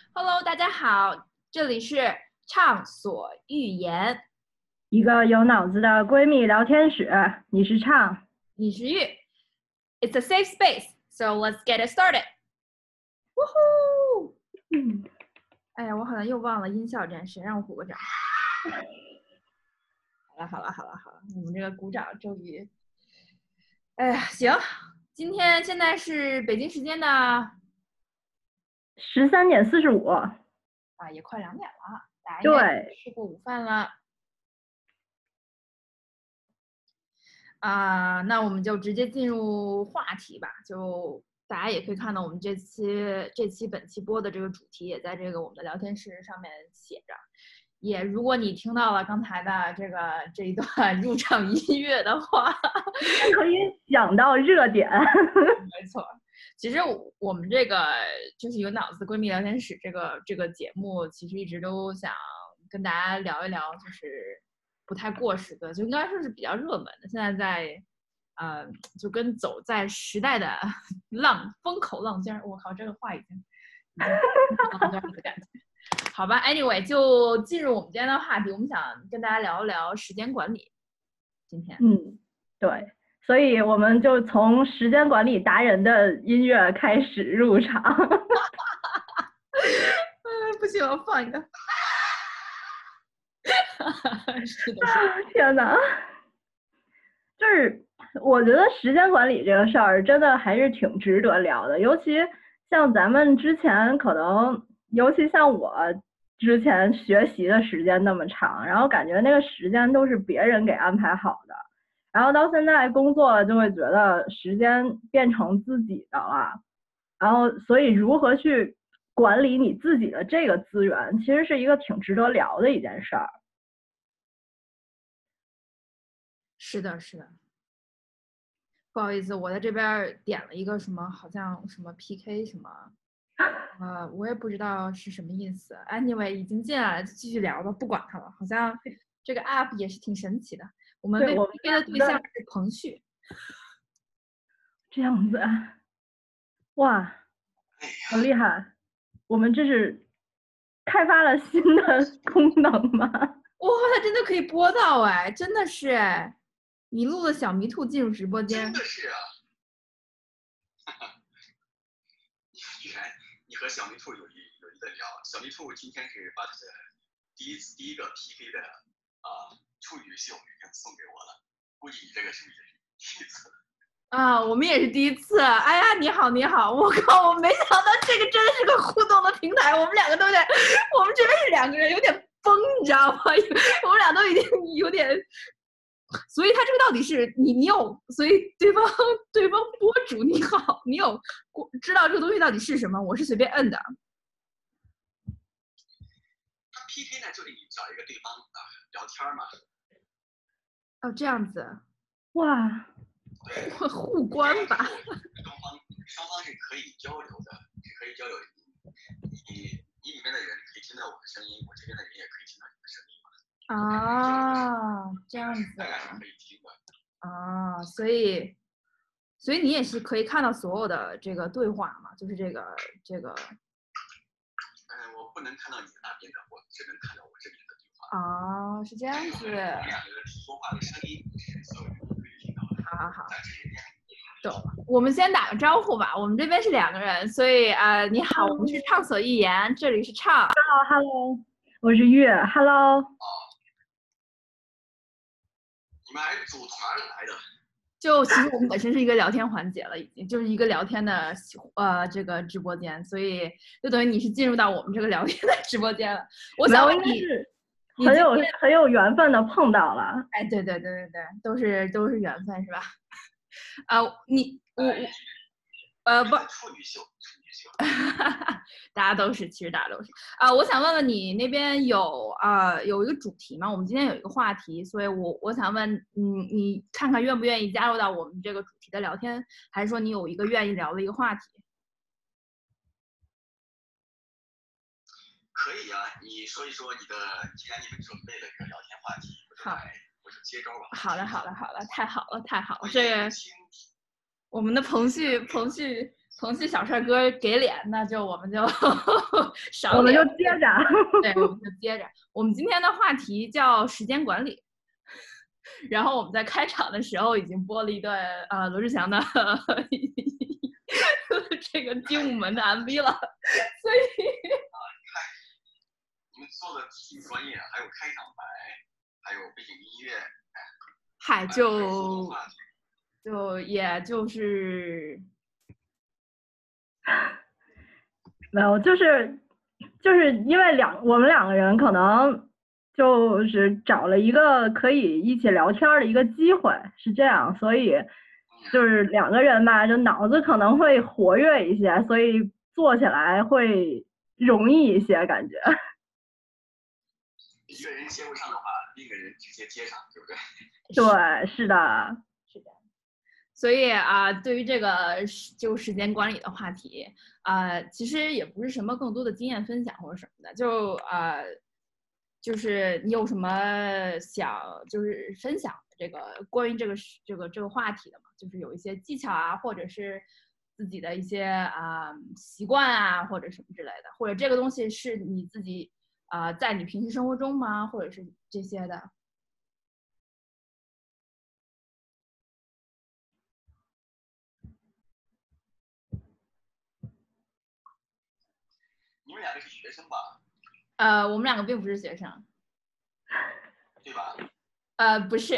Hello，大家好，这里是畅所欲言， 一个有脑子的闺蜜聊天室，你是畅。 你是玉。It's a safe space, so let's get it started. 呜呼！ 嗯， 哎呀，我好像又忘了音效这件事，让我鼓个掌。好了，我们这个鼓掌终于，哎呀，行，现在是北京时间的 13:45。 也快2点了，大家应该对， 吃过午饭了那我们就直接进入话题吧。就大家也可以看到，我们本期播的这个主题也在这个我们的聊天室上面写着。也如果你听到了刚才的这一段入场音乐的话， 可以讲到热点。 没错。其实我们这个就是有脑子闺蜜聊天室这个节目，其实一直都想跟大家聊一聊，就是不太过时的，就应该说是比较热门的。现在就跟走在时代的风口浪尖儿，我靠，这个话已经浪尖的感觉。好吧，anyway，就进入我们今天的话题，我们想跟大家聊一聊时间管理。今天， 对，所以我们就从时间管理达人的音乐开始入场。 不行，我放一个。是的， 天哪，就是我觉得时间管理这个事儿真的还是挺值得聊的，尤其像咱们之前可能，尤其像我之前学习的时间那么长，然后感觉那个时间都是别人给安排好的，然后到现在工作了就会觉得时间变成自己的了，然后所以如何去管理你自己的这个资源，其实是一个挺值得聊的一件事儿。 是的，是的。不好意思，我在这边点了一个什么，好像什么 PK 什么，我也不知道是什么意思。Anyway，已经进来了，就继续聊吧，不管它了。好像这个 app 也是挺神奇的。我们对， 被我们 PK 的对象是彭旭。 这样子。哇，好厉害！我们这是开发了新的功能吗？ 哇，它真的可以播到哎，真的是哎，迷路的小迷兔进入直播间。 真的是啊！原来你和小迷兔有一个聊，小迷兔今天是把他的第一个 PK 的处女秀已经送给我了，估计你这个是不是也是第一次？ 我们也是第一次。哎呀，你好，你好！我靠，我没想到这个真的是个互动的平台。我们两个都在，我们这边是两个人，有点崩，你知道吗？我们俩都已经有点，所以他这个到底是你有，所以对方博主你好，你有知道这个东西到底是什么？我是随便摁的。 他 PK 呢，就是你找一个对方聊天嘛。 哦，这样子。 哇， 互关吧。 双方是可以交流的，是可以交流的。你里面的人可以听到我的声音，我这边的人也可以听到你的声音嘛。 这样子。 大概是可以听的。 所以你也是可以看到所有的这个对话嘛，就是这个。 我不能看到你那边的，我只能看到我这边的对话。 是这样子。 我们两个说话的声音是所有人都可以听到的。 好。懂了，我们先打个招呼吧。我们这边是两个人，所以你好，我们是畅所欲言，这里是畅。 Hello， 我是月。Hello。 你们还是组团来的？ 就其实我们本身是一个聊天环节了，已经就是一个聊天的这个直播间，所以就等于你是进入到我们这个聊天的直播间了。我想问你， 很有缘分的碰到了。 哎，对，都是缘分是吧？不， 处女秀， 大家都是，其实大家都是。我想问问你那边有一个主题吗？我们今天有一个话题，所以我想问，你看看愿不愿意加入到我们这个主题的聊天，还是说你有一个愿意聊的一个话题？ 可以啊，你说一说你的，既然你们准备了一个聊天话题，我就接招吧。 好的，太好了，这个我们的彭旭同期小帅哥给脸，那就我们就赏脸， 我们就接着。 对，我们就接着。我们今天的话题叫时间管理。然后我们在开场的时候已经播了一段罗志祥的这个精武门的 MV 了，所以你们做的挺专业，还有开场白，还有背景音乐， 嗨，就也就是没有，就是因为我们两个人可能就是找了一个可以一起聊天的一个机会，是这样，所以就是两个人吧，就脑子可能会活跃一些，所以做起来会容易一些，感觉。 一个人接不上的话，另一个人直接接上，对不对？ 对，是的。 所以对于这个就时间管理的话题其实也不是什么更多的经验分享或者什么的，就是你有什么想就是分享这个关于这个话题的嘛？就是有一些技巧啊，或者是自己的一些习惯啊，或者什么之类的，或者这个东西是你自己在你平时生活中吗？或者是这些的。 你们两个是学生吧？ 我们两个并不是学生， 对吧？ 不是。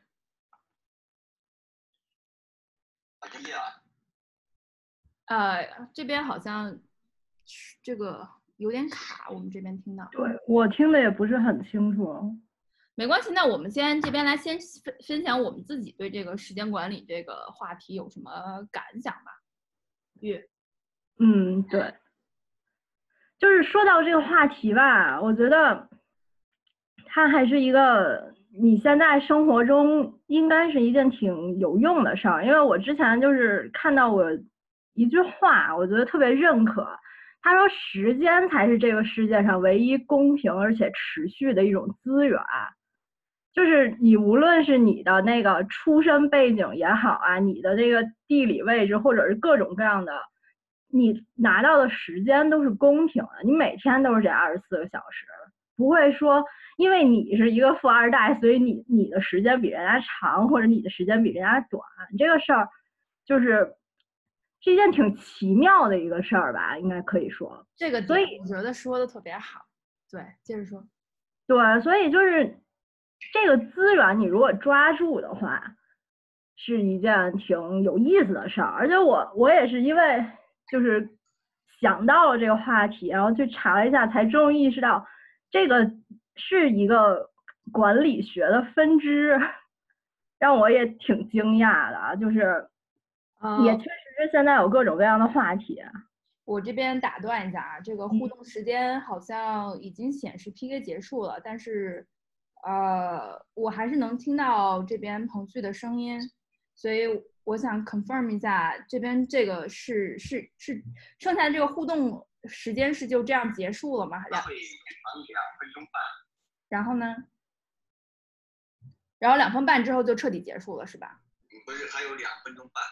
毕业了。 这边好像这个有点卡，我们这边听到。 对，我听的也不是很清楚。 没关系，那我们这边来先分享我们自己对这个时间管理这个话题有什么感想吧。 对，就是说到这个话题吧，我觉得它还是一个你现在生活中应该是一件挺有用的事儿，因为我之前就是看到过一句话，我觉得特别认可。他说时间才是这个世界上唯一公平而且持续的一种资源，就是你无论是你的那个出身背景也好啊，你的这个地理位置或者是各种各样的，你拿到的时间都是公平的，你每天都是这24个小时，不会说因为你是一个富二代，所以你的时间比人家长，或者你的时间比人家短，这个事儿就是是一件挺奇妙的一个事儿吧，应该可以说。 这个所以我觉得说的特别好。对，接着说。 对，所以就是这个资源你如果抓住的话，是一件挺有意思的事儿。而且我也是因为就是想到了这个话题，然后去查了一下，才终于意识到这个是一个管理学的分支，让我也挺惊讶的，就是也确实是现在有各种各样的话题。 我这边打断一下啊，这个互动时间好像已经显示 PK 结束了，但是我还是能听到这边彭旭的声音，所以我想 confirm 一下，这边这个是剩下的这个互动时间是就这样结束了吗？ 会长2分钟半。 然后呢？然后2分半之后就彻底结束了是吧？ 不是，还有2分钟半。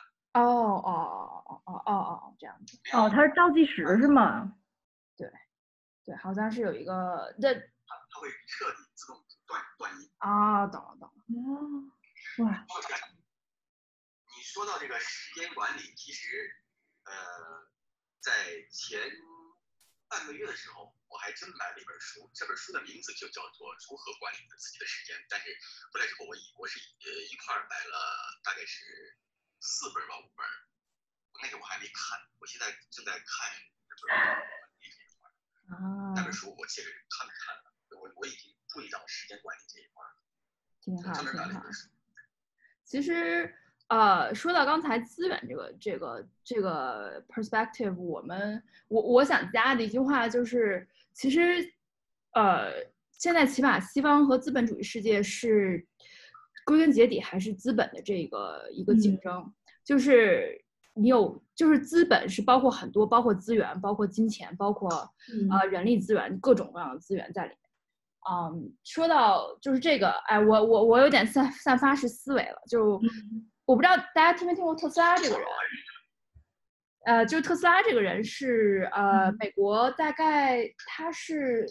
这样子。 它是倒计时是吗？ 对，好像是有一个它会彻底自动断音。 懂了。 哇。 你说到这个时间管理，其实在前半个月的时候，我还真买了一本书，这本书的名字就叫做《如何管理自己的时间》。但是回来之后，我是一块买了大概是4本吧5本，那个我还没看，我现在正在看这本那本书，我其实看了，我已经注意到时间管理这一块了， 挺好。其实说到刚才资源这个 perspective，我想加的一句话就是，其实现在起码西方和资本主义世界是归根结底还是资本的这个一个竞争，就是就是资本是包括很多，包括资源，包括金钱，包括人力资源，各种各样的资源在里面。说到就是这个，我有点散发式思维了，就我不知道大家听没听过特斯拉这个人。 就是特斯拉这个人是美国大概他是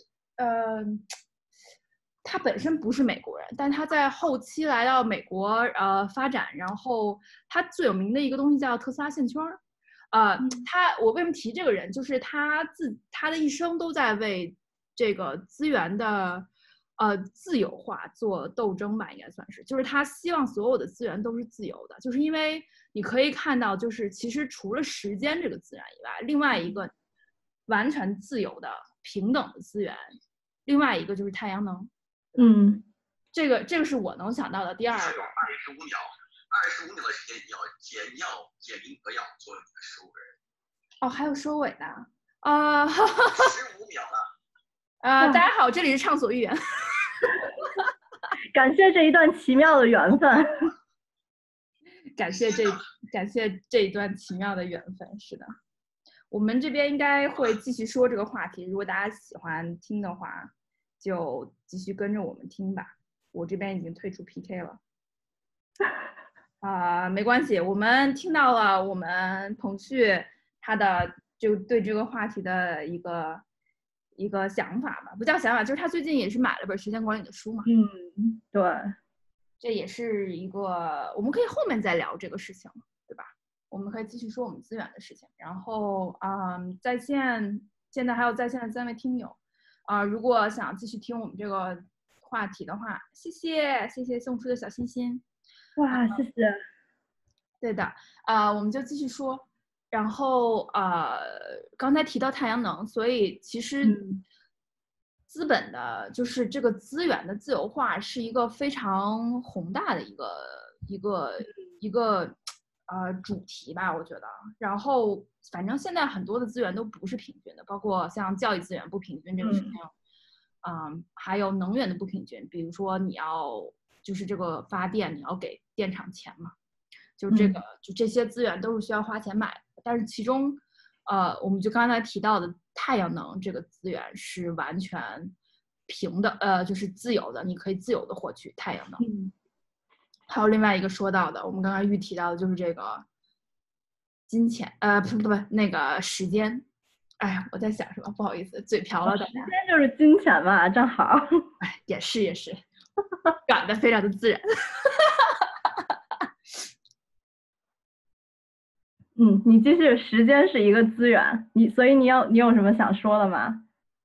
他本身不是美国人，但他在后期来到美国发展，然后他最有名的一个东西叫特斯拉线圈儿。我为什么提这个人，就是他的一生都在为这个资源的自由化做斗争吧，应该算是，就是他希望所有的资源都是自由的，就是因为你可以看到，就是其实除了时间这个资源以外，另外一个完全自由的平等的资源，另外一个就是太阳能。这个是我能想到的第二个。 25秒的时间，你要简明扼要做你的15个人。 哦，还有收尾的 15秒了。 大家好，这里是畅所欲言。 感谢这一段奇妙的缘分。 感谢这一段奇妙的缘分。是的，我们这边应该会继续说这个话题，如果大家喜欢听的话，就继续跟着我们听吧。我这边已经退出 PK 了。没关系，我们听到了我们彭旭他的就对这个话题的一个想法吧，不叫想法，就是他最近也是买了本时间管理的书嘛。 对， 这也是一个我们可以后面再聊这个事情，对吧？我们可以继续说我们资源的事情。然后现在还有在线的3位听友如果想继续听我们这个话题的话，谢谢送出的小心心。 哇，谢谢。 对的，我们就继续说。然后刚才提到太阳能，所以其实资本的就是这个资源的自由化是一个非常宏大的一个主题吧，我觉得。然后反正现在很多的资源都不是平均的，包括像教育资源不平均这个事情，还有能源的不平均，比如说你要就是这个发电你要给电厂钱嘛，就这些资源都是需要花钱买的。但是其中我们就刚才提到的太阳能这个资源是完全平的，就是自由的，你可以自由的获取太阳能。还有另外一个说到的，我们刚刚提到的就是这个金钱，不那个时间。哎呀，我在想什么？不好意思，嘴瓢了。 时间就是金钱嘛，正好。 哎，也是，赶得非常的自然。 你继续，时间是一个资源，所以你有什么想说的吗？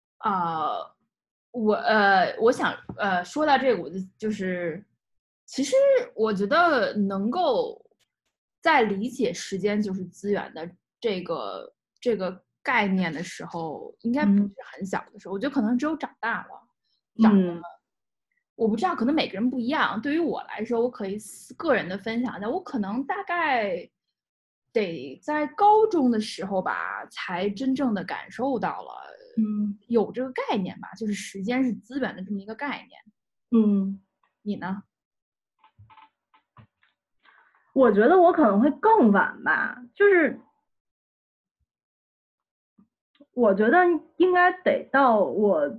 我想说到这个，我就是其实我觉得能够在理解时间就是资源的这个概念的时候，应该不是很小的时候，我觉得可能只有长大了，我不知道，可能每个人不一样。对于我来说，我可以个人的分享一下，我可能大概得在高中的时候吧，才真正的感受到了，有这个概念吧，就是时间是资源的这么一个概念。你呢？ 我觉得我可能会更晚吧，就是我觉得应该得到我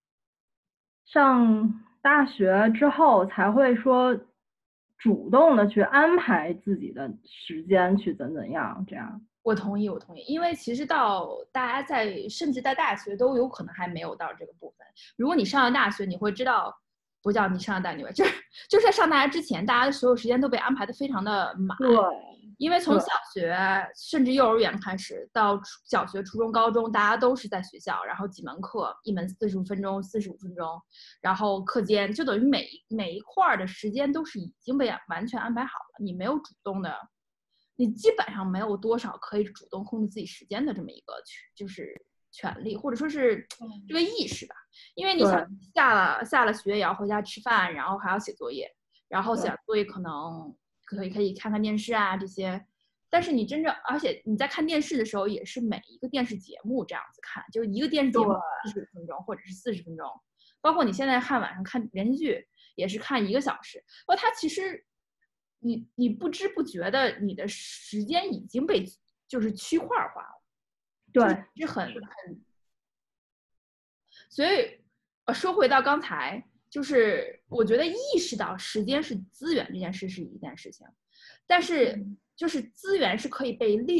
上大学之后才会说主动的去安排自己的时间去怎样这样。 我同意，因为其实到大家甚至在大学都有可能还没有到这个部分。如果你上了大学，你会知道，不叫你上了大学，就是在上大学之前，大家的所有时间都被安排的非常的满。 对， 因为从小学甚至幼儿园开始到小学、初中、高中，大家都是在学校，然后几门课，一门45分钟、45分钟，然后课间就等于每一块的时间都是已经被完全安排好了，你没有主动的。你基本上没有多少可以主动控制自己时间的这么一个就是权利，或者说是这个意识吧。因为你想下了学也要回家吃饭，然后还要写作业，然后写作业可能可以看看电视啊这些。但是你而且你在看电视的时候，也是每一个电视节目这样子看，就是一个电视节目45分钟或者是40分钟，包括你现在晚上看连续剧也是看1个小时。它其实。你不知不觉的，你的时间已经被就是区块化了， 对， 是很。所以说回到刚才，就是我觉得意识到时间是资源这件事是一件事情，但是就是资源是可以被利用的，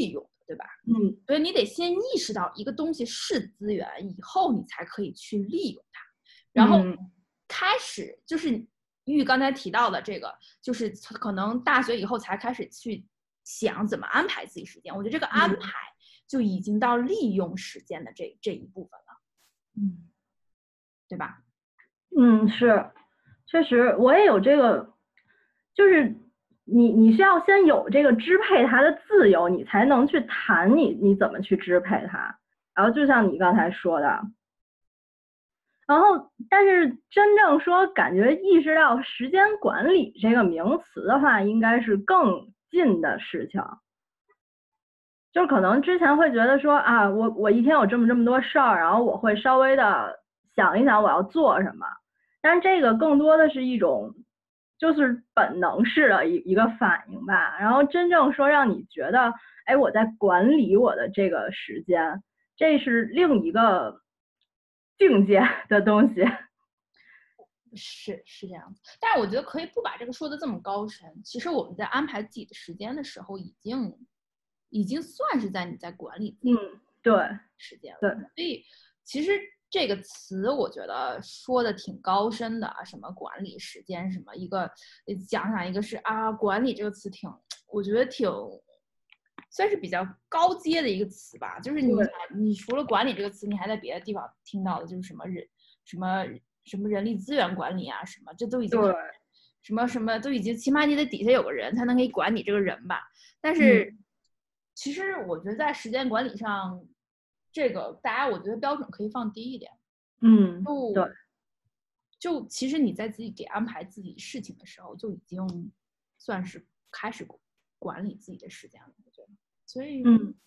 对吧？ 嗯， 所以你得先意识到一个东西是资源，以后你才可以去利用它。然后开始就是玉刚才提到的这个，就是可能大学以后才开始去想怎么安排自己时间。我觉得这个安排就已经到利用时间的这一部分了，对吧？ 是，确实我也有这个，就是你是要先有这个支配它的自由，你才能去谈你怎么去支配它。然后就像你刚才说的，然后但是真正说感觉意识到时间管理这个名词的话，应该是更近的事情。就是可能之前会觉得说啊，我一天有这么多事儿，然后我会稍微的想一想我要做什么，但这个更多的是一种就是本能式的一个反应吧。然后真正说让你觉得，哎，我在管理我的这个时间，这是另一个境界的东西。 是这样子，但是我觉得可以不把这个说的这么高深。其实我们在安排自己的时间的时候，已经算是你在管理自己对时间了。 对， 所以其实这个词我觉得说的挺高深的啊，什么管理时间，什么一个讲一个是啊，管理这个词我觉得算是比较高阶的一个词吧。就是你除了管理这个词，你还在别的地方听到的就是什么人力资源管理啊，什么这都已经什么都已经，起码你的底下有个人才能给你管你这个人吧。但是其实我觉得在时间管理上，这个大家我觉得标准可以放低一点。 对， 就其实你在自己给安排自己事情的时候，就已经算是开始管理自己的时间了，我觉得。所以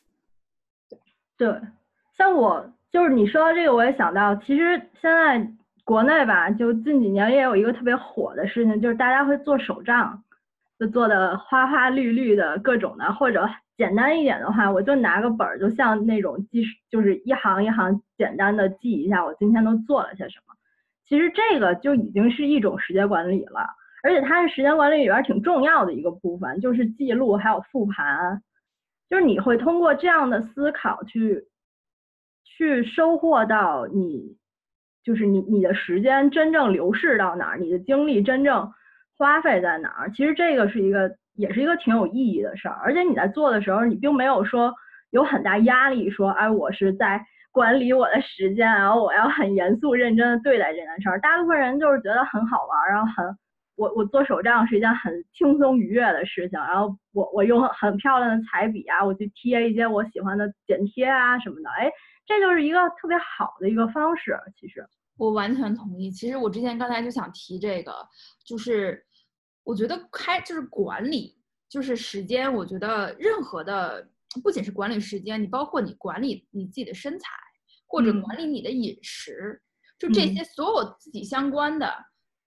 对，像我就是你说到这个，我也想到，其实现在国内吧，就近几年也有一个特别火的事情，就是大家会做手账，就做的花花绿绿的各种的，或者简单一点的话，我就拿个本儿，就像那种就是一行一行简单的记一下我今天都做了些什么。其实这个就已经是一种时间管理了，而且它是时间管理里边挺重要的一个部分，就是记录还有复盘。就是你会通过这样的思考去收获到就是你的时间真正流逝到哪儿，你的精力真正花费在哪儿。其实这个也是一个挺有意义的事儿，而且你在做的时候，你并没有说有很大压力，说哎我是在管理我的时间，然后我要很严肃认真的对待这件事儿。大部分人就是觉得很好玩，然后我做手账是一件很轻松愉悦的事情，然后我用很漂亮的彩笔啊，我去贴一些我喜欢的剪贴啊什么的，哎，这就是一个特别好的一个方式。其实我完全同意。其实我之前刚才就想提这个，就是我觉得就是管理就是时间，我觉得任何的不仅是管理时间，你包括你管理你自己的身材，或者管理你的饮食，就这些所有自己相关的，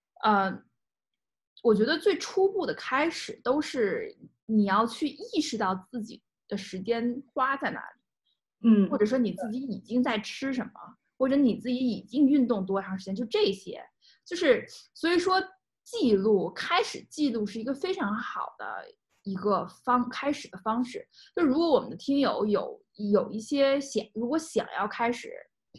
我觉得最初步的开始都是你要去意识到自己的时间花在哪里，或者说你自己已经在吃什么，或者你自己已经运动多长时间，就这些，就是所以说开始记录是一个非常好的一个开始的方式。就如果我们的听友有一些如果想要开始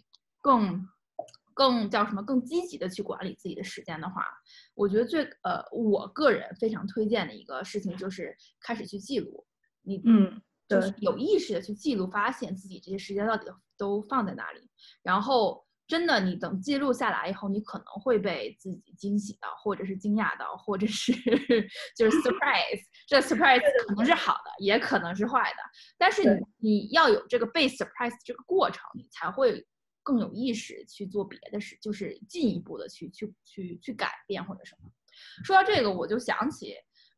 更叫什么更积极的去管理自己的时间的话，我觉得我个人非常推荐的一个事情就是开始去记录，就是有意识的去记录，发现自己这些时间到底都放在哪里，然后真的你等记录下来以后，你可能会被自己惊喜到，或者是惊讶到，或者是就是 surprise， 这 surprise 可能是好的，也可能是坏的，但是你要有这个被 surprise 这个过程，你才会更有意识去做别的事，就是进一步的去改变或者什么。说到这个，我就想起，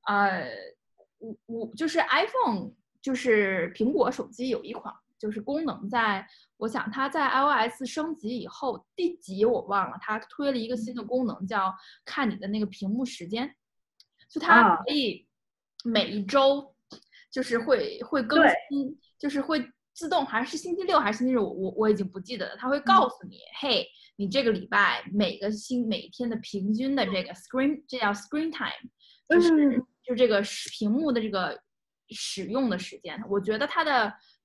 我就是 iPhone， 就是苹果手机有一款就是功能我想它在 iOS 升级以后第几我忘了，它推了一个新的功能叫看你的那个屏幕时间，就它可以每一周就是会更新，就是会自动还是星期六还是星期日，我已经不记得了。它会告诉你，嘿，你这个礼拜每一天的平均的这个这叫 screen time， 就这个屏幕的这个使用的时间。我觉得它的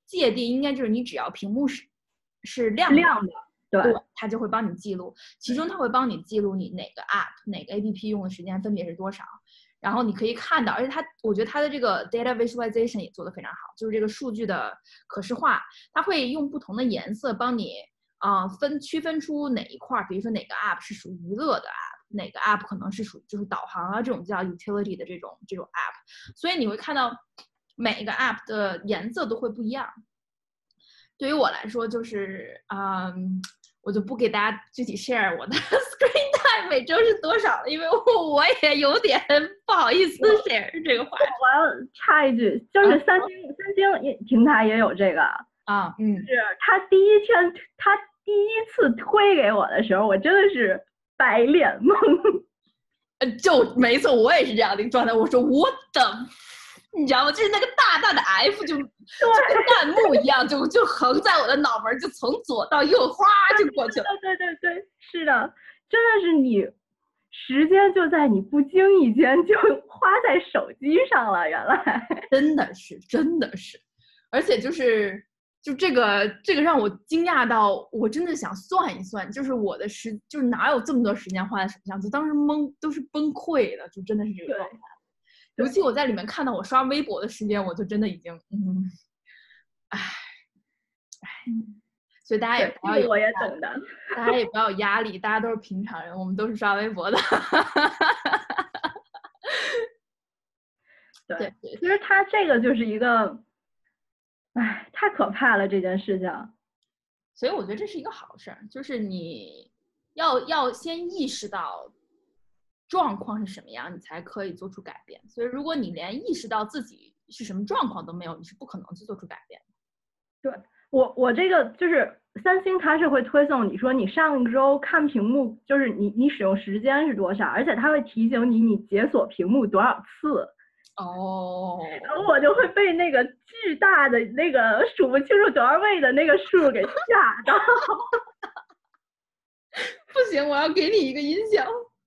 界定应该就是你只要屏幕是亮的，对， 它就会帮你记录，其中它会帮你记录你哪个 app 哪个 app 用的时间分别是多少，然后你可以看到，而且我觉得它的这个 data visualization 也做得非常好，就是这个数据的可视化，它会用不同的颜色帮你区分出哪一块，比如说哪个 app 是属于娱乐的 app， 哪个 app 可能是属于就是导航啊这种叫 utility 的这种 app， 所以你会看到每一个 app 的颜色都会不一样。对于我来说，就是我就不给大家具体 share 我的 screen time 每周是多少了，因为我也有点不好意思 share 这个话题。 我要插一句，就是三星平台也有这个是他第一次推给我的时候，我真的是白脸懵。 就没错，我也是这样的一个状态。我说我的。你知道吗？就是那个大大的 F 就跟弹幕一样，就横在我的脑门，就从左到右哗就过去了。 对，是的，真的是你时间就在你不经意间就花在手机上了，原来真的是，而且就这个让我惊讶到，我真的想算一算，就是我的就是哪有这么多时间花在手机上，就当时都是崩溃的，就真的是这个状态。尤其我在里面看到我刷微博的时间，我就真的已经所以大家也不要有， 我也懂的， 大家也不要有压力，大家都是平常人，我们都是刷微博的。 对，其实他这个就是一个，太可怕了这件事情。 所以我觉得这是一个好事儿，就是你要先意识到状况是什么样，你才可以做出改变。所以如果你连意识到自己是什么状况都没有，你是不可能去做出改变的。对，我这个就是三星它是会推送你说你上周看屏幕，就是你使用时间是多少，而且它会提醒你解锁屏幕多少次。然后我就会被那个巨大的那个数不清楚多少位的那个数给吓到。 不行，我要给你一个音效。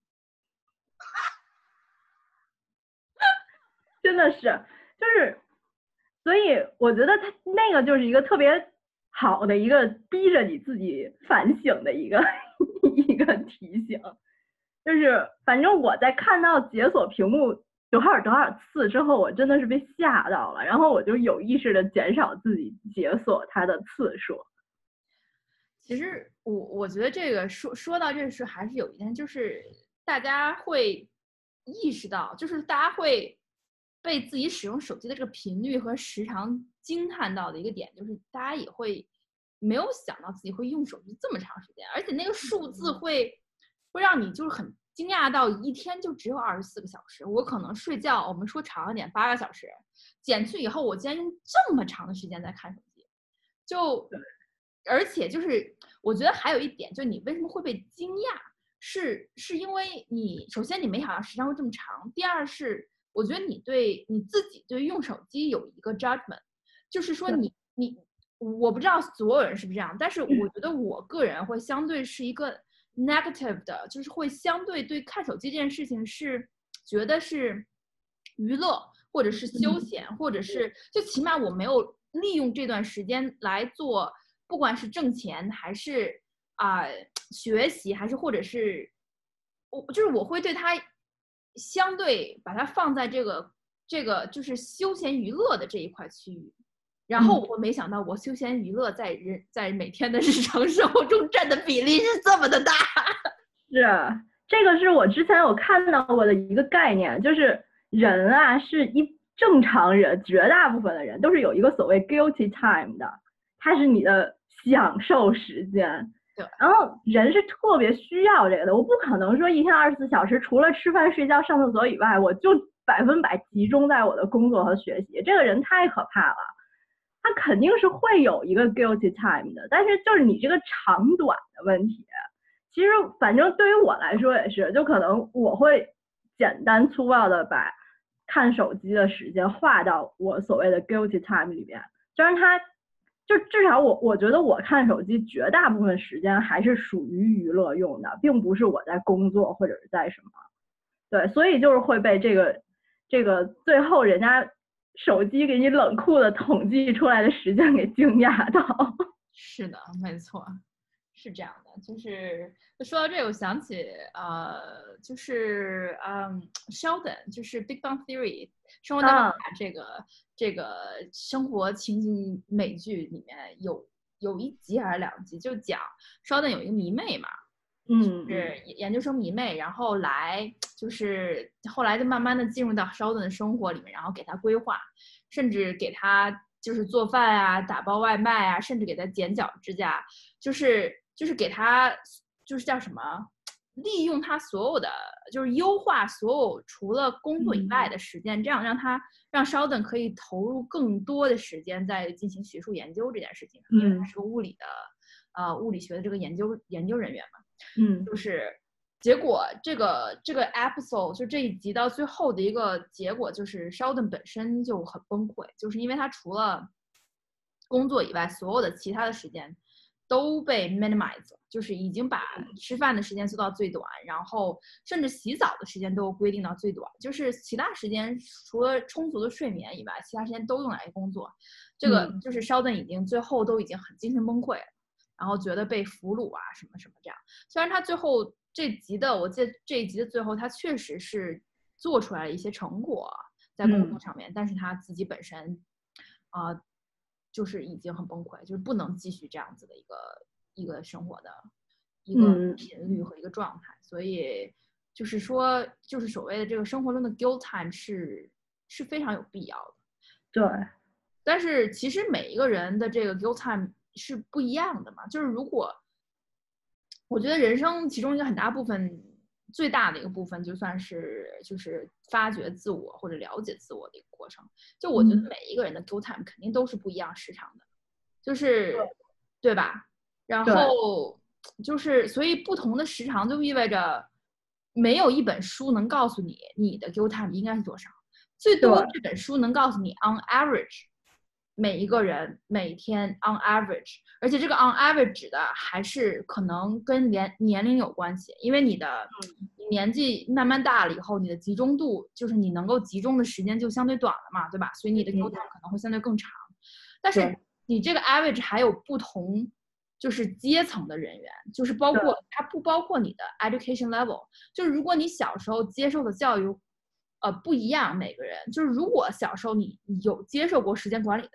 真的是，就是，所以我觉得他那个就是一个特别好的一个逼着你自己反省的一个提醒，就是反正我在看到解锁屏幕多少次之后，我真的是被吓到了，然后我就有意识的减少自己解锁它的次数。 其实我觉得这个说到这事还是有一点，就是大家会意识到，就是大家会被自己使用手机的这个频率和时长惊叹到的一个点，就是大家也会没有想到自己会用手机这么长时间，而且那个数字会让你就是很惊讶到一天就只有24个小时。我可能睡觉，我们说长一点8个小时，减去以后，我竟然用这么长的时间在看手机，而且就是我觉得还有一点，就你为什么会被惊讶，是因为你首先你没想到时长会这么长，第二是我觉得你自己对用手机有一个 judgment， 就是说我不知道所有人是不是这样，但是我觉得我个人会相对是一个 negative 的，就是会相对对看手机这件事情是觉得是娱乐或者是休闲，或者是就起码我没有利用这段时间来做，不管是挣钱还是学习，还是或者是我会对它相对把它放在这个就是休闲娱乐的这一块区域。然后我没想到我休闲娱乐在每天的日常生活中占的比例是这么的大。 是，这个是我之前有看到过的一个概念，就是人啊，是正常人，绝大部分的人都是有一个所谓 guilty time 的，它是你的享受时间。 对。 然后人是特别需要这个的，我不可能说一天24小时除了吃饭睡觉上厕所以外，我就100%集中在我的工作和学习，这个人太可怕了。他肯定是会有一个 guilty time 的，但是就是你这个长短的问题，其实反正对于我来说也是，就可能我会简单粗暴的把看手机的时间划到我所谓的 guilty time 里边，虽然它就至少我觉得我看手机绝大部分时间还是属于娱乐用的，并不是我在工作或者是在什么，对，所以就是会被这个最后人家手机给你冷酷的统计出来的时间给惊讶到。 是的，没错，是这样的。就是说到这个，我想起就是Sheldon，就是 Big Bang Theory 生活大爆炸这个生活情景美剧里面有一集还是2集，就讲 Sheldon 有一个迷妹嘛。是研究生迷妹，然后就是后来就慢慢的进入到Sheldon的生活里面，然后给他规划，甚至给他就是做饭啊、打包外卖啊，甚至给他剪脚指甲，就是给他就是叫什么，利用他所有的就是优化所有除了工作以外的时间，这样让Sheldon可以投入更多的时间在进行学术研究这件事情，因为他是个物理学的这个研究人员嘛。就是结果这个 episode 就这一集到最后的一个结果就是 Sheldon 本身就很崩溃，就是因为他除了工作以外，所有的其他的时间都被 minimize， 就是已经把吃饭的时间缩到最短，然后甚至洗澡的时间都规定到最短，就是其他时间除了充足的睡眠以外，其他时间都用来工作。这个就是 Sheldon 已经最后都已经很精神崩溃了。然后觉得被俘虏啊什么什么这样，虽然他最后我记得这一集的最后，他确实是做出来了一些成果在工作上面，但是他自己本身就是已经很崩溃，就是不能继续这样子的一个生活的一个频率和一个状态，所以就是说，就是所谓的这个生活中的 guilt time 是非常有必要的。 对， 但是其实每一个人的这个 guilt time是不一样的嘛，就是如果我觉得人生其中一个很大部分最大的一个部分就算是就是发掘自我或者了解自我的一个过程，就我觉得每一个人的 guilt time 肯定都是不一样时长的，就是对吧？然后就是所以不同的时长就意味着没有一本书能告诉你你的 guilt time 应该是多少，最多这本书能告诉你 on average每一个人每天 on average， 而且这个 on average 指的还是可能跟年龄有关系，因为你的年纪慢慢大了以后，你的集中度就是你能够集中的时间就相对短了嘛，对吧？所以你的 guilt time 可能会相对更长。但是你这个 average 还有不同就是阶层的人员，就是包括它不包括你的 education level， 就是如果你小时候接受的教育不一样，每个人就是如果小时候你有接受过时间管理的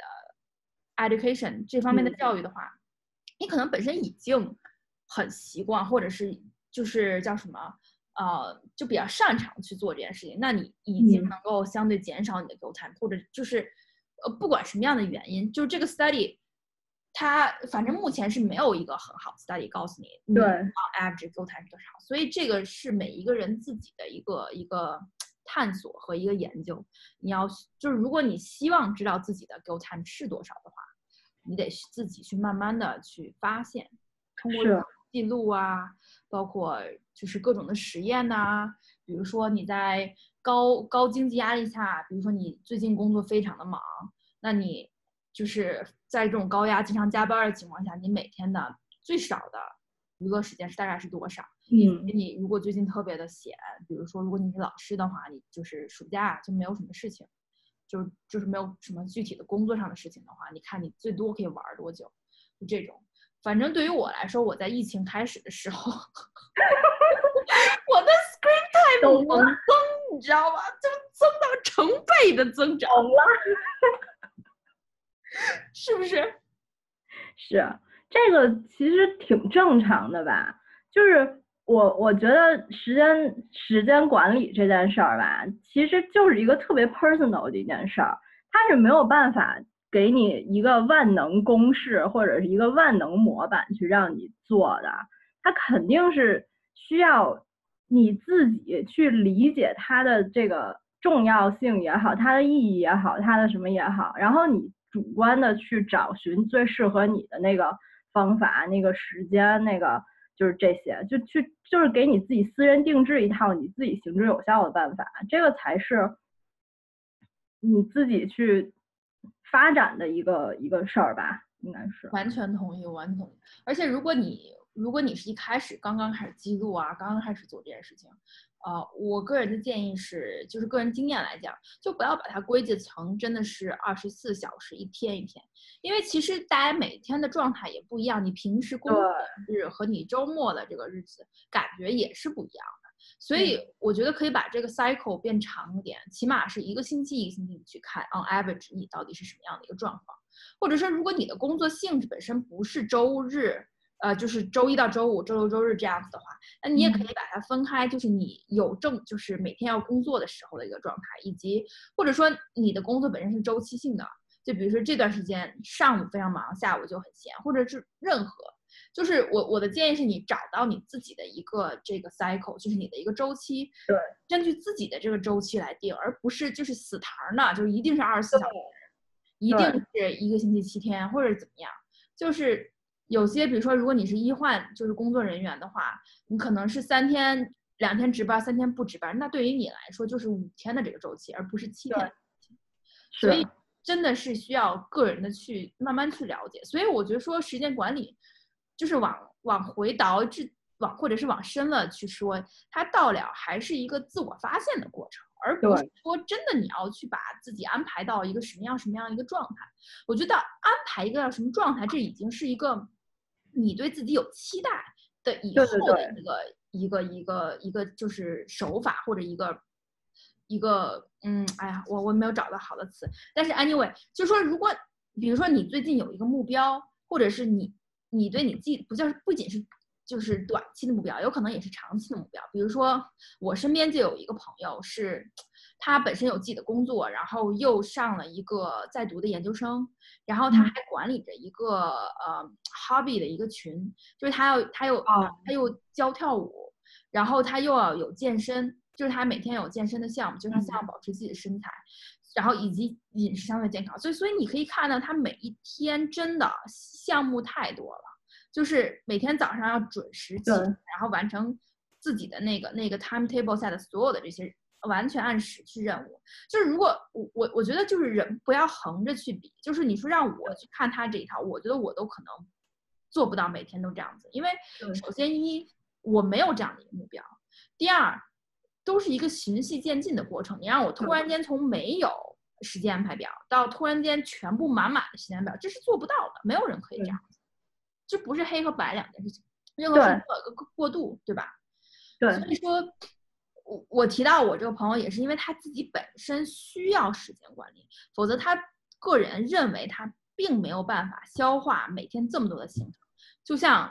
education 这方面的教育的话，你可能本身已经很习惯，或者是就是叫什么就比较擅长去做这件事情，那你已经能够相对减少你的 guilt time，或者就是不管什么样的原因，就是这个 study 它反正目前是没有一个很好的 study 告诉你对 average guilt time 是多少，所以这个是每一个人自己的一个探索和一个研究。你要就是如果你希望知道自己的 guilt time 是多少的话，你得自己去慢慢的去发现，通过记录啊，包括就是各种的实验呐，比如说你在高经济压力下，比如说你最近工作非常的忙，那你就是在这种高压经常加班的情况下，你每天的最少的娱乐时间大概是多少？你如果最近特别的闲，比如说如果你是老师的话，你就是暑假就没有什么事情，就是没有什么具体的工作上的事情的话，你看你最多可以玩多久？就这种。反正对于我来说，我在疫情开始的时候，我的 screen time 猛增，你知道吗？就增到成倍的增长了， 是不是？ 是，这个其实挺正常的吧？就是我觉得时间管理这件事儿吧，其实就是一个特别 personal 的一件事儿，它是没有办法给你一个万能公式或者是一个万能模板去让你做的，它肯定是需要你自己去理解它的这个重要性也好，它的意义也好，它的什么也好，然后你主观的去找寻最适合你的那个方法、那个时间、那个就是这些，就是给你自己私人定制一套你自己行之有效的办法，这个才是你自己去发展的一个事儿吧，应该是。 完全同意，完全同意。而且如果你如果你是一开始刚刚开始记录啊，刚刚开始做这件事情，我个人的建议是，就是个人经验来讲，就不要把它归结成真的是24小时一天一天，因为其实大家每天的状态也不一样，你平时工作日和你周末的这个日子感觉也是不一样的，所以我觉得可以把这个 cycle 变长一点，起码是一个星期一个星期你去看 on average 你到底是什么样的一个状况，或者说如果你的工作性质本身不是周日。就是周一到周五、周六、周日这样子的话，那你也可以把它分开，就是你就是每天要工作的时候的一个状态，以及或者说你的工作本身是周期性的，就比如说这段时间上午非常忙，下午就很闲，或者是任何，就是我的建议是你找到你自己的一个这个 cycle， 就是你的一个周期， 对， 根据自己的这个周期来定，而不是就是死堂的，就是一定是24小时，一定是一个星期7天或者怎么样，就是。有些比如说如果你是医患就是工作人员的话，你可能是2天值班，3天不值班，那对于你来说就是5天的这个周期，而不是7天的周期。所以真的是需要个人的去慢慢去了解。所以我觉得说时间管理就是往回倒或者是往深了去说，它到了还是一个自我发现的过程，而不是说真的你要去把自己安排到一个什么样一个状态。我觉得安排一个什么状态，这已经是一个你对自己有期待的以后的一个就是手法或者一个哎呀，我没有找到好的词，但是 anyway 就是说，如果比如说你最近有一个目标，或者是你对你自己不仅是就是短期的目标，有可能也是长期的目标。比如说我身边就有一个朋友是。他本身有自己的工作，然后又上了一个在读的研究生，然后他还管理着一个hobby 的一个群，就是他又教跳舞，然后他又要有健身，就是他每天有健身的项目，就是他想要保持自己的身材，然后以及饮食相对健康，所以你可以看到他每一天真的项目太多了，就是每天早上要准时起，然后完成自己的那个 timetable 下的所有的这些。完全按时去任务，就是如果我觉得就是人不要横着去比，就是你说让我去看他这一套，我觉得我都可能做不到每天都这样子，因为首先我没有这样的一个目标，第二都是一个循序渐进的过程，你让我突然间从没有时间安排表到突然间全部满的时间表，这是做不到的，没有人可以这样子，这不是黑和白两件事情，任何事有个过渡，对吧？ 对， 所以说。我提到我这个朋友也是因为他自己本身需要时间管理，否则他个人认为他并没有办法消化每天这么多的行程。就像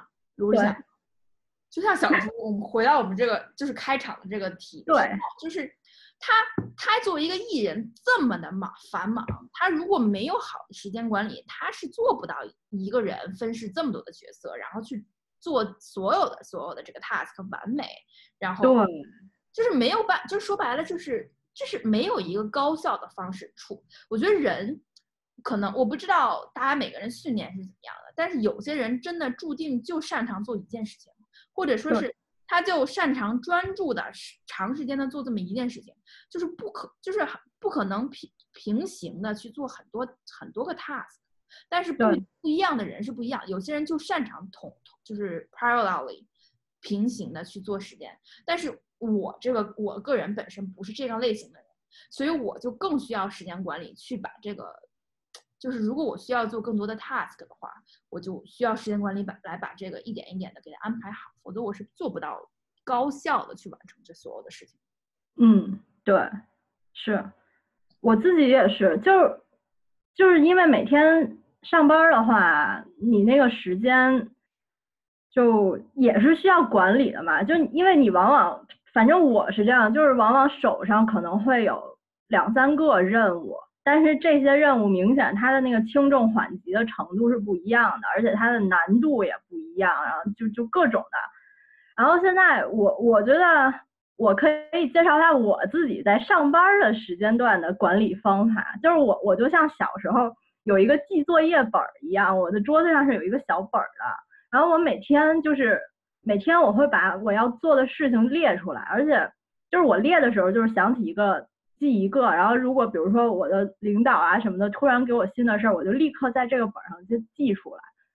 小猪，我们回到我们这个就是开场的这个题， 对， 就是他作为一个艺人这么的繁忙，他如果没有好的时间管理，他是做不到一个人分饰这么多的角色，然后去做所有的这个 task 完美，然后就是没有就是说白了就是没有一个高效的方式处。我觉得人可能我不知道大家每个人训练是怎么样的，但是有些人真的注定就擅长做一件事情，或者说是他就擅长专注的长时间的做这么一件事情，就是不可能平行的去做很多个 task。但是不一样的人是不一样，有些人就擅长就是 parallelly 平行的去做时间，但是我个人本身不是这种类型的人，所以我就更需要时间管理去把这个，就是如果我需要做更多的 task 的话，我就需要时间管理来把这个一点一点的给它安排好，否则我是做不到高效的去完成这所有的事情。 对，是我自己也是，就是因为每天上班的话，你那个时间就也是需要管理的嘛，就因为你往往，反正我是这样，就是往往手上可能会有2、3个任务，但是这些任务明显它的那个轻重缓急的程度是不一样的，而且它的难度也不一样，然后就各种的。然后现在我觉得我可以介绍一下我自己在上班的时间段的管理方法，就是我就像小时候有一个记作业本一样，我的桌子上是有一个小本的，然后我每天我会把我要做的事情列出来，而且就是我列的时候就是想起一个记一个，然后如果比如说我的领导啊什么的突然给我新的事儿，我就立刻在这个本上就记出来。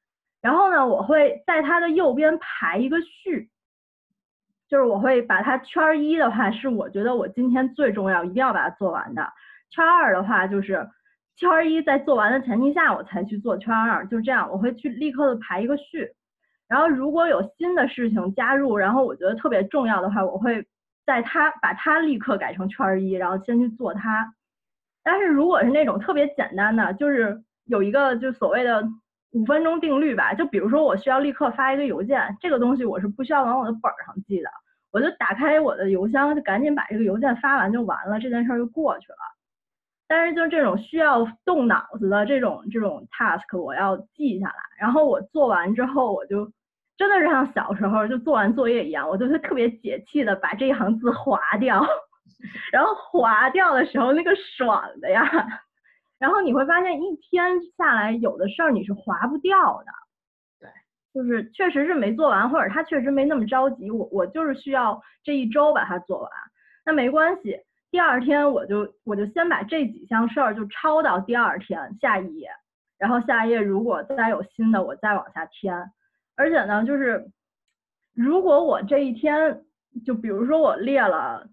然后呢，我会在它的右边排一个序，就是我会把它圈1的话是我觉得我今天最重要，一定要把它做完的。圈2的话就是圈1在做完的前提下我才去做圈2，就这样，我会去立刻的排一个序。然后如果有新的事情加入，然后我觉得特别重要的话，我会把它立刻改成圈1，然后先去做它。但是如果是那种特别简单的，就是有一个就所谓的5分钟定律吧，就比如说我需要立刻发一个邮件，这个东西我是不需要往我的本上记的，我就打开我的邮箱，就赶紧把这个邮件发完就完了，这件事就过去了。但是就这种需要动脑子的这种 task 我要记下来，然后我做完之后我就真的是像小时候就做完作业一样，我就会特别解气的把这一行字划掉，然后划掉的时候那个爽的呀，然后你会发现一天下来有的事儿你是划不掉的， 对， 就是确实是没做完，或者他确实没那么着急，我就是需要这一周把它做完，那没关系，第二天我就先把这几项事儿就抄到第二天下一页，然后下一页如果再有新的我再往下添。而且呢，就是如果我这一天就比如说我列了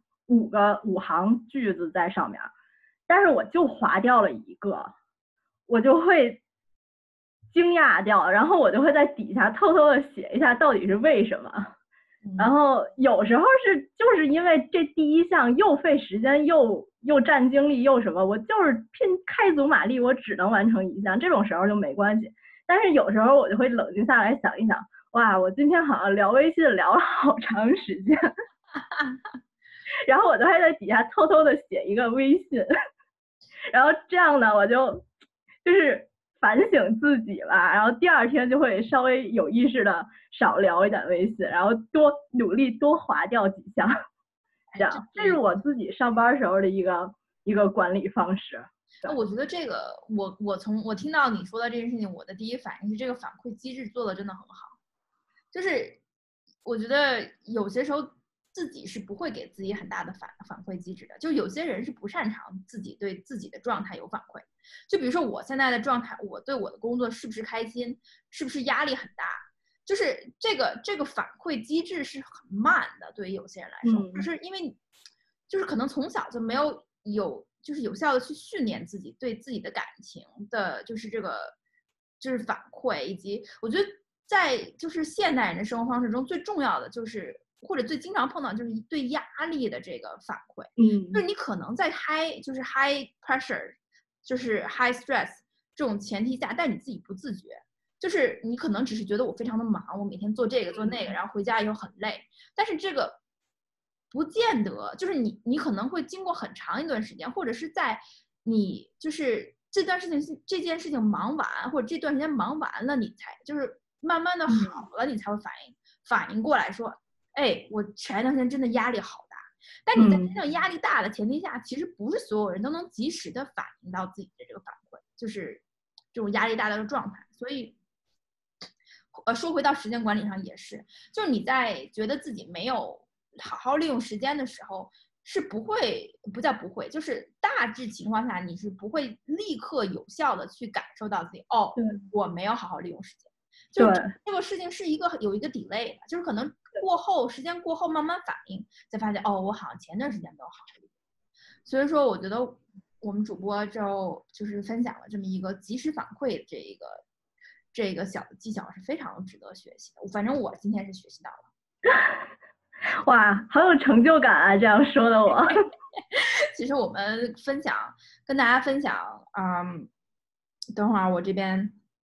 5行句子在上面，但是我就划掉了一个，我就会惊讶掉，然后我就会在底下偷偷的写一下到底是为什么。然后有时候就是因为这第一项又费时间又占精力又什么，我就是拼开足马力我只能完成一项，这种时候就没关系。但是有时候我就会冷静下来想一想，哇，我今天好像聊微信聊了好长时间然后我就还在底下偷偷的写一个微信然后这样呢我就是反省自己吧，然后第二天就会稍微有意识的少聊一点微信，然后努力多划掉几项，这样，这是我自己上班时候的一个管理方式。 我觉得这个我听到你说的这件事情，我的第一反应是这个反馈机制做的真的很好。就是我觉得有些时候自己是不会给自己很大的反馈机制的，就有些人是不擅长自己对自己的状态有反馈。就比如说我现在的状态，我对我的工作是不是开心，是不是压力很大，就是这个反馈机制是很慢的，对于有些人来说，就是因为就是可能从小就没有就是有效的去训练自己对自己的感情的，就是这个就是反馈，以及我觉得在就是现代人的生活方式中最重要的就是或者最经常碰到就是对压力的这个反馈，就是你可能在 high pressure 就是 high stress 这种前提下，但你自己不自觉，就是你可能只是觉得我非常的忙，我每天做这个做那个，然后回家以后很累，但是这个不见得就是你可能会经过很长一段时间，或者是在你就是这件事情忙完，或者这段时间忙完了，你才就是慢慢的好了，你才会反应过来说，哎，我前一段时间真的压力好大。但你在真正压力大的前提下，其实不是所有人都能及时的反映到自己的这个反馈，就是这种压力大的状态。所以说回到时间管理上也是，就是你在觉得自己没有好好利用时间的时候，是不就是大致情况下你是不会立刻有效的去感受到自己我没有好好利用时间，就是这个事情是有一个 delay 的，就是可能时间过后慢慢反应，才发现我好像前段时间没有好好利用。所以说我觉得我们主播就是分享了这么一个及时反馈的这个小的技巧是非常值得学习的，反正我今天是学习到了。 哇，好有成就感啊！这样说的我。 其实我们跟大家分享，等会儿我这边，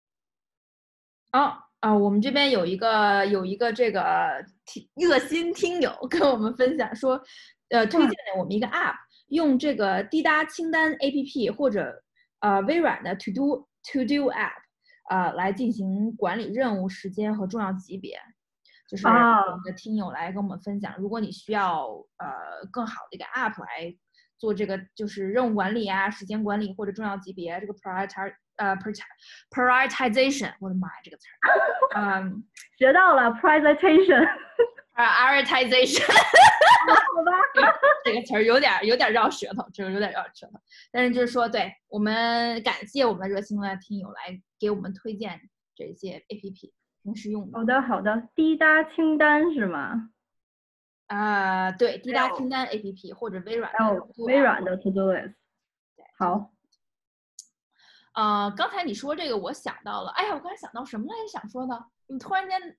我们这边有一个这个热心听友跟我们分享说，推荐了我们一个 app， 用这个滴答清单 app 或者微软的 to do app，来进行管理任务时间和重要级别。就是我们的听友来跟我们分享，如果你需要更好的一个 app 来做这个就是任务管理啊、时间管理或者重要级别这个 prioritization， 我的妈呀，这个词儿， 学到了 prioritization， 好吧，这个词儿有点绕舌头，但是就是说，对，我们感谢我们的热心的听友来给我们推荐这些 APP 平时用的。 好的好的，滴答清单是吗？ 对，滴答清单 APP 或者微软的微软的 To Do List。好。 刚才你说这个，我想到了，哎呀，我刚才想到什么来着？想说的，你突然间，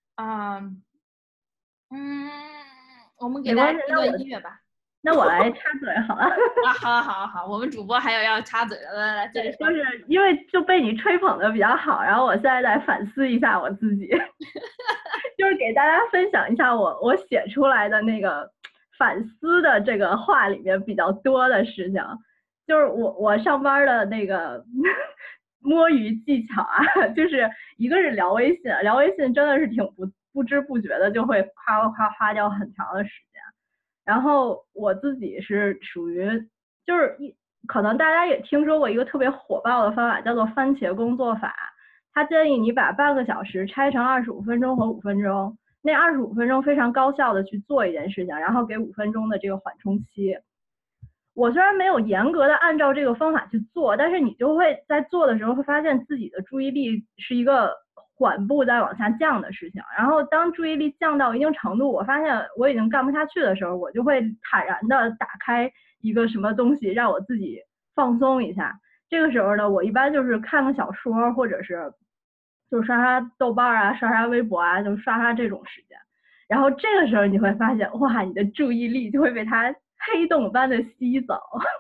我们给大家听段音乐吧。 那我来插嘴好了。 好，我们主播还有要插嘴的，来接着说。 就是因为就被你吹捧的比较好，然后我现在来反思一下我自己，就是给大家分享一下我写出来的那个反思的这个话里面比较多的事情，就是我上班的那个摸鱼技巧啊，就是一个是聊微信，聊微信真的是挺不知不觉的就会夸花掉很长的时间。然后我自己是属于就是可能大家也听说过一个特别火爆的方法，叫做番茄工作法。它建议你把半个小时拆成25分钟和5分钟，那25分钟非常高效的去做一件事情，然后给5分钟的这个缓冲期。我虽然没有严格的按照这个方法去做，但是你就会在做的时候会发现自己的注意力是一个缓步在往下降的事情。然后当注意力降到一定程度，我发现我已经干不下去的时候，我就会坦然的打开一个什么东西让我自己放松一下。这个时候呢，我一般就是看个小说，或者是就刷刷豆瓣啊，刷刷微博啊，就刷刷这种时间。然后这个时候你会发现，哇，你的注意力就会被它黑洞般的吸走。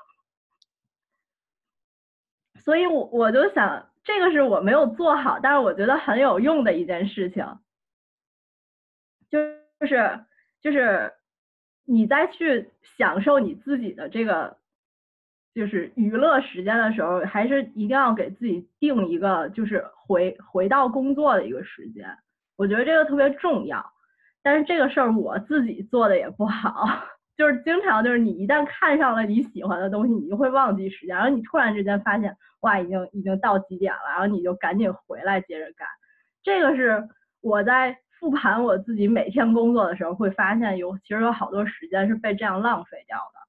所以我就想，这个是我没有做好，但是我觉得很有用的一件事情，就是你再去享受你自己的这个就是娱乐时间的时候，还是一定要给自己定一个就是回到工作的一个时间，我觉得这个特别重要。但是这个事儿我自己做的也不好，就是经常就是你一旦看上了你喜欢的东西，你就会忘记时间，然后你突然之间发现哇已经到几点了，然后你就赶紧回来接着干。这个是我在复盘我自己每天工作的时候会发现其实有好多时间是被这样浪费掉的。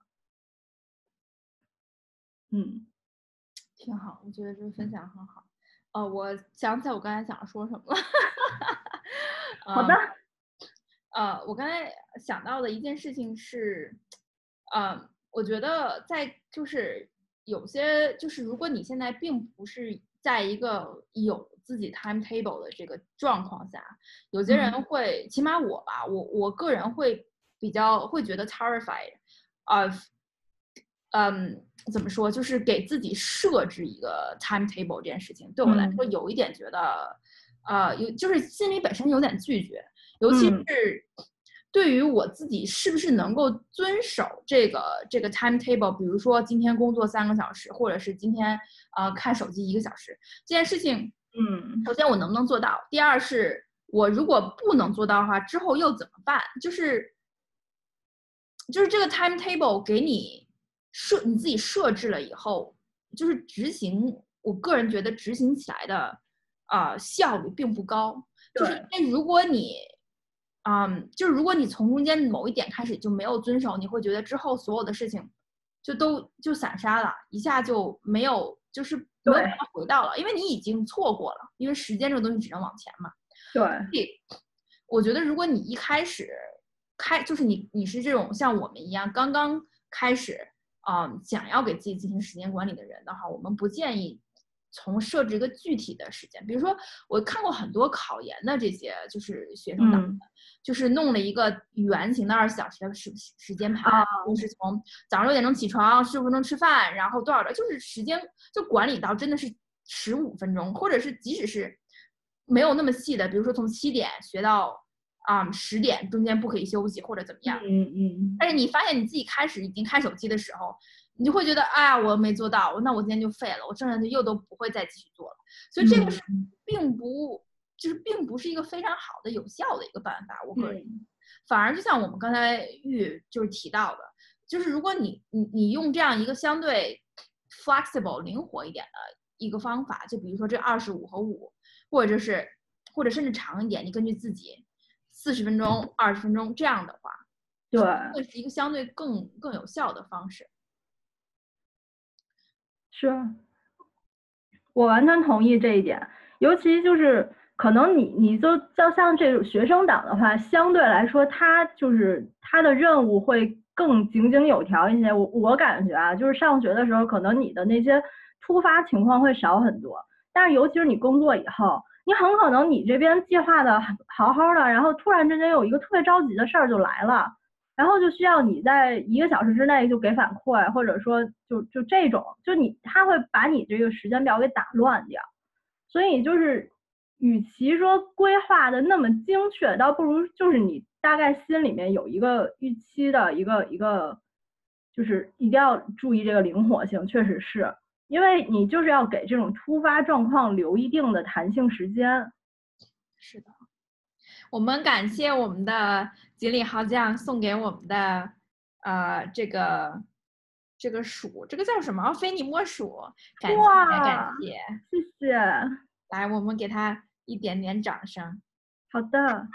挺好，我觉得这个分享很好。我想起来我刚才想说什么了。 好的。 我刚才想到的一件事情是，我觉得就是有些就是如果你现在并不是在一个有自己 timetable 的这个状况下，有些人会，起码我吧，我个人会会觉得 terrified of，怎么说，就是给自己设置一个 timetable 这件事情，对我来说有一点觉得，就是心里本身有点拒绝。尤其是对于我自己是不是能够遵守这个 timetable， 比如说今天工作3个小时，或者是今天看手机1个小时这件事情，首先我能不能做到？第二是我如果不能做到的话，之后又怎么办？就是这个 timetable 给你自己设置了以后，就是执行，我个人觉得执行起来的效率并不高。就是因为如果你就是如果你从中间某一点开始就没有遵守，你会觉得之后所有的事情就散沙了，一下就没有，就是没有办法回到了，因为你已经错过了，因为时间这个东西只能往前嘛。 对， 所以我觉得如果你一开始就是你是这种像我们一样刚刚开始想要给自己进行时间管理的人的话，我们不建议设置一个具体的时间。比如说我看过很多考研的这些就是学生党，就是弄了一个圆形的24小时的时间盘，就是从早上6点钟起床，15分钟吃饭，然后多少就是时间就管理到真的是15分钟，或者是即使是没有那么细的，比如说从7点学到10点，中间不可以休息或者怎么样。但是你发现你自己开始已经看手机的时候，你就会觉得哎呀我没做到，那我今天就废了，我剩下的又都不会再继续做了。所以这个是并不是一个非常好的有效的一个办法，我个人反而就像我们刚才就是提到的，就是如果你用这样一个相对 flexible 灵活一点的一个方法，就比如说这25和5，或者甚至长一点，你根据自己40分钟、20分钟这样的话， 对， 会是一个相对更有效的方式。 是，我完全同意这一点， 尤其就是可能你就像这种学生党的话，相对来说，他的任务会更井井有条一些。我感觉啊，就是上学的时候，可能你的那些突发情况会少很多，但是尤其是你工作以后，你很可能你这边计划的好好的，然后突然之间有一个特别着急的事儿就来了。然后就需要你在1个小时之内就给反馈，或者说就这种，就他会把你这个时间表给打乱掉。所以就是与其说规划的那么精确，倒不如就是你大概心里面有一个预期的一个，就是一定要注意这个灵活性，确实是因为你就是要给这种突发状况留一定的弹性时间。 是的。我们感谢我们的锦鲤豪将送给我们的这个鼠，这个叫什么？非你莫属，感谢， 谢谢。 来，我们给他一点点掌声。 好的。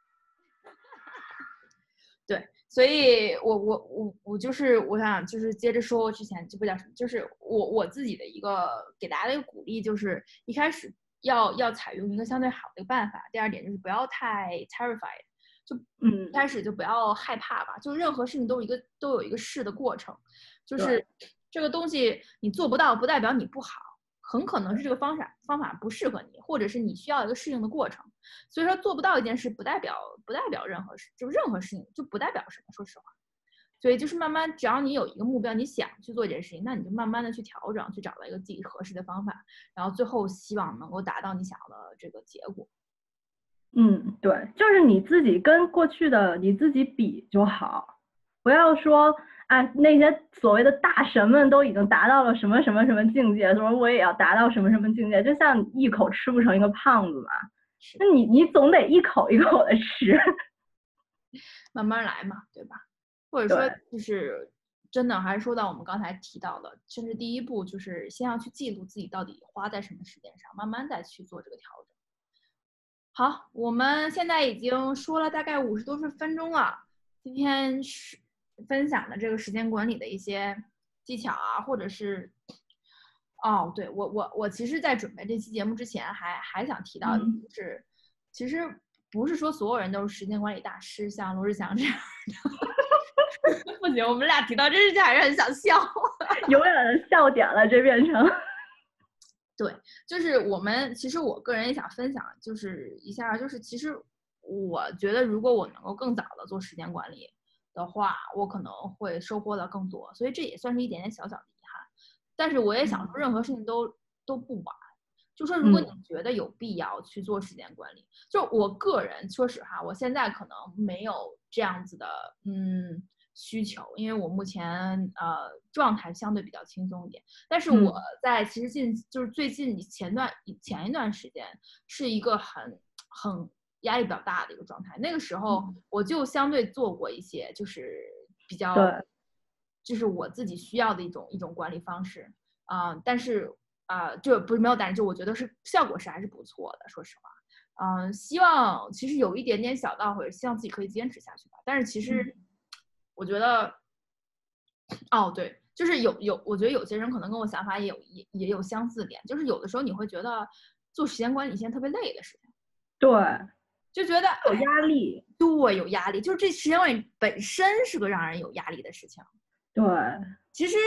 对，所以我就是我想就是接着说之前这不叫什么，就是我自己的一个给大家的一个鼓励，就是一开始要采用一个相对好的一个办法。第二点就是不要太 terrified， 就一开始就不要害怕吧，就任何事情都有一个试的过程，就是这个东西你做不到不代表你不好，很可能是这个方法不适合你，或者是你需要一个适应的过程。所以说做不到一件事不代表任何事，就任何事情就不代表什么，说实话。所以就是慢慢，只要你有一个目标，你想去做一件事情，那你就慢慢的去调整，去找到一个自己合适的方法，然后最后希望能够达到你想要的这个结果。 对，就是你自己跟过去的你自己比就好，不要说那些所谓的大神们都已经达到了什么什么什么境界，说我也要达到什么什么境界，就像一口吃不成一个胖子嘛，那你总得一口一口的吃， 慢慢来嘛，对吧？或者说就是真的还是说到我们刚才提到的，甚至第一步就是先要去记录自己到底花在什么时间上，慢慢再去做这个调整。好，我们现在已经说了大概50多分钟了，今天分享的这个时间管理的一些技巧啊，或者是对，我其实在准备这期节目之前还想提到，就是其实不是说所有人都是时间管理大师，像罗志祥这样的。不行，我们俩提到这事情还是很想笑， 永远的笑点了，这变成。 对，就是其实我个人也想分享，就是一下，就是其实我觉得如果我能够更早的做时间管理的话，我可能会收获的更多，所以这也算是一点点小小的遗憾。但是我也想说，任何事情都不晚。就说如果你觉得有必要去做时间管理，就我个人说实话，我现在可能没有这样子的需求，因为我目前状态相对比较轻松一点。但是我在其实最近前一段时间是一个很压力比较大的一个状态，那个时候我就相对做过一些就是比较就是我自己需要的一种管理方式但是就不是没有，但是就我觉得是效果还是不错的，说实话。希望其实有一点点小道，或者希望自己可以坚持下去吧。但是其实我觉得，对，就是我觉得有些人可能跟我想法也有相似点，就是有的时候你会觉得做时间管理一件特别累的事情， 对， 就觉得有压力， 对，有压力，就是这时间管理本身是个让人有压力的事情。 对， 其实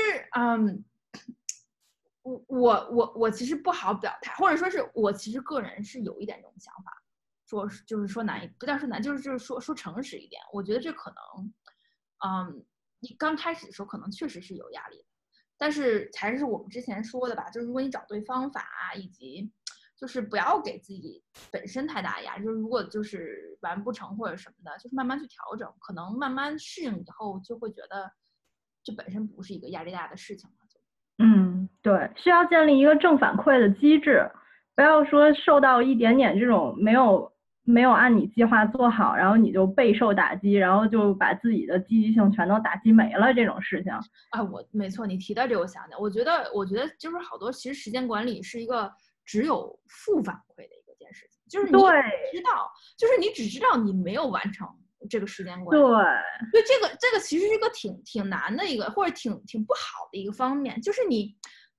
我其实不好表态，或者说是我其实个人是有一点这种想法，就是说难，不叫说难，就是说诚实一点，我觉得这可能，你刚开始的时候可能确实是有压力的，但是还是我们之前说的吧，就是如果你找对方法以及就是不要给自己本身太大压力，就是如果就是完不成或者什么的，就是慢慢去调整，可能慢慢适应以后就会觉得这本身不是一个压力大的事情了。 对，需要建立一个正反馈的机制，不要说受到一点点这种没有按你计划做好，然后你就备受打击，然后就把自己的积极性全都打击没了这种事情。 没错，你提到这个我想起，我觉得就是好多其实时间管理是一个只有负反馈的一件事情，就是你知道，就是你只知道你没有完成这个时间管理，对，这个其实是一个挺难的一个，或者挺不好的一个方面，就是你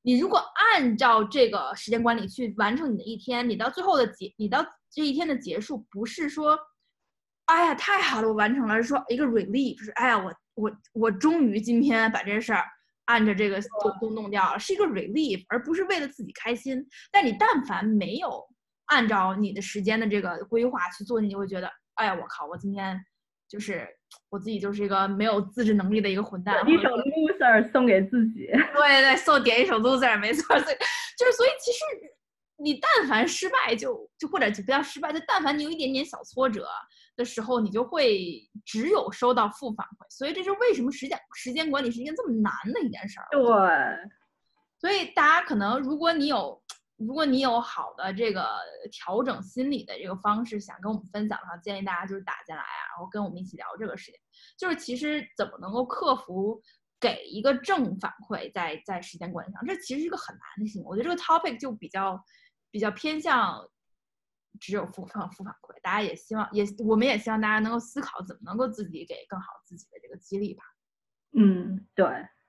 你如果按照这个时间管理去完成你的一天，你到这一天的结束，不是说，哎呀太好了我完成了，是说一个 relief， 就是哎呀我终于今天把这事儿按着这个都弄掉了，是一个 relief， 而不是为了自己开心。但你但凡没有按照你的时间的这个规划去做，你就会觉得，哎呀我靠，我今天就是我自己就是一个没有自制能力的一个混蛋， 一首 loser 送给自己。 对对，点一首 loser 没错，所以其实你但凡失败就或者就不要失败，就但凡你有一点点小挫折的时候，你就会只有收到负反馈。所以这就是为什么时间管理是一件这么难的一件事儿。 对， 所以大家可能如果你有好的这个调整心理的这个方式，想跟我们分享的话，建议大家就是打进来啊，然后跟我们一起聊这个事情。就是其实怎么能够克服给一个正反馈在时间管理上，这其实是一个很难的事情。我觉得这个 topic 就比较偏向只有负反馈，大家我们也希望大家能够思考怎么能够自己给更好自己的这个激励吧。 对。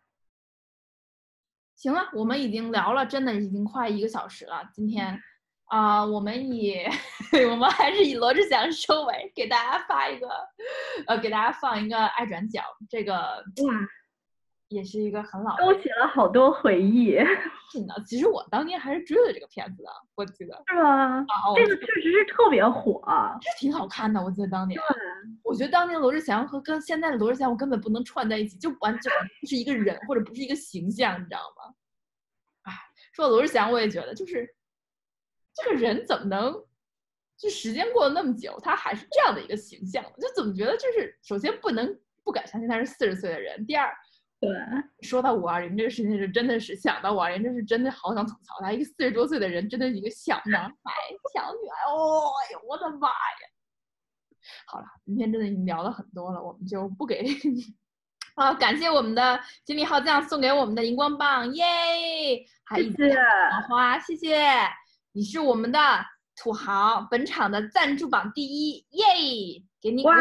行了，我们已经聊了，真的已经快1个小时了。今天我们还是以罗志祥收尾，给大家给大家放一个爱转角，这个也是一个很老的， 勾起了好多回忆。 是的，其实我当年还是追了这个片子的，我记得。 是吗？这个确实是特别火， 是挺好看的，我记得当年。我觉得当年罗志祥跟现在的罗志祥，我根本不能串在一起，就完全不是一个人，或者不是一个形象，你知道吗？哎，说到罗志祥，我也觉得就是这个人怎么能，就时间过了那么久，他还是这样的一个形象，就怎么觉得就是首先不敢相信他是40岁的人，第二。 对， 说到520这个事情是真的是想到520，这是真的好想吐槽他，一个40多岁的人，真的是一个小男孩、小女孩，哦呦，我的妈呀！好了，今天真的已经聊了很多了，我们就不给感谢我们的金利浩酱送给我们的荧光棒，耶！还一谢谢桃花，谢谢，你是我们的土豪，本场的赞助榜第1，耶！给你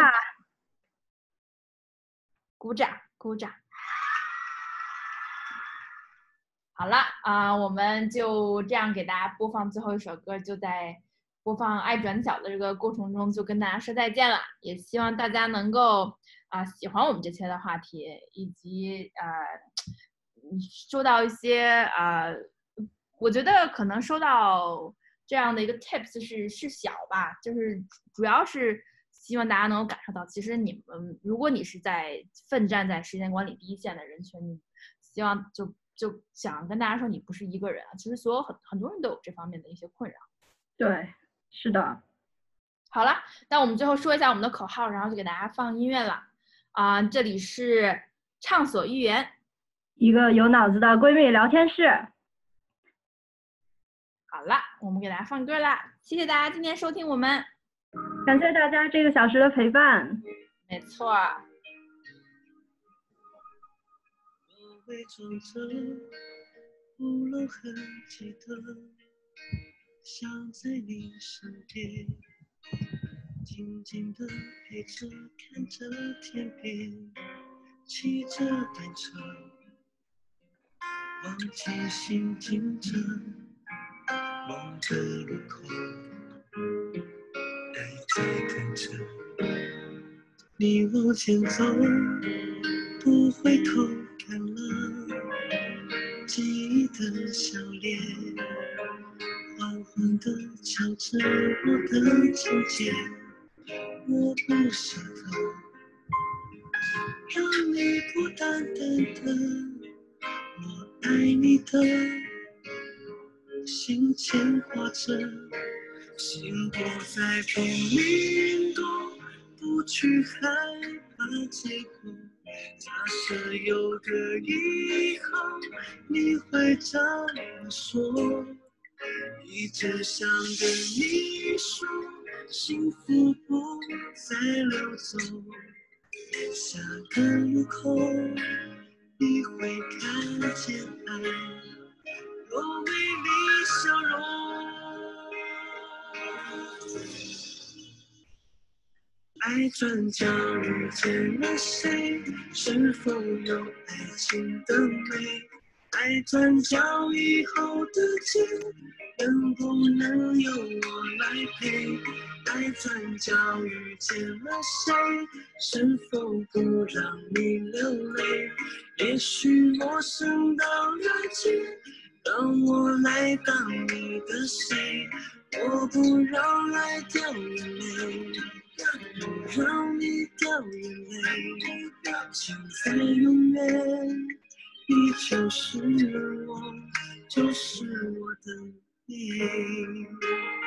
鼓掌，鼓掌。好了我们就这样给大家播放最后一首歌，就在播放爱转角的这个过程中就跟大家说再见了，也希望大家能够喜欢我们这期的话题，以及收到一些我觉得可能收到这样的一个 tips 是小吧，就是主要是希望大家能够感受到，其实你们如果你是在奋战在时间管理第一线的人群，你希望就想跟大家说，你不是一个人啊，其实很多人都有这方面的一些困扰。 对，是的。 好了，那我们最后说一下我们的口号，然后就给大家放音乐了这里是畅所欲言， 一个有脑子的闺蜜聊天室。 好了，我们给大家放歌啦，谢谢大家今天收听我们， 感谢大家这个小时的陪伴。 没错。 伪装着不露痕迹的想在你身边，静静的陪着看着天边，骑着单车忘记心惊着梦的路口，爱在跟着你往前走，不回头看了记忆的笑脸，缓缓地敲着我的琴键，我不舍得让你孤单单的，我爱你的心牵挂着，心不再拼命躲，不去害怕结果。假设有个以后，你会怎么说？一直想跟你说，幸福不再溜走。下个路口，你会看见爱有美丽笑容。爱转角遇见了谁？是否有爱情的美？ 在转角以后的街，能不能由我来陪？在转角遇见了谁？是否不让你流泪？也许陌生到了解，让我来当你的谁？我不让爱掉眼泪，不让你掉眼泪，请在永远。你就是我，就是我的你。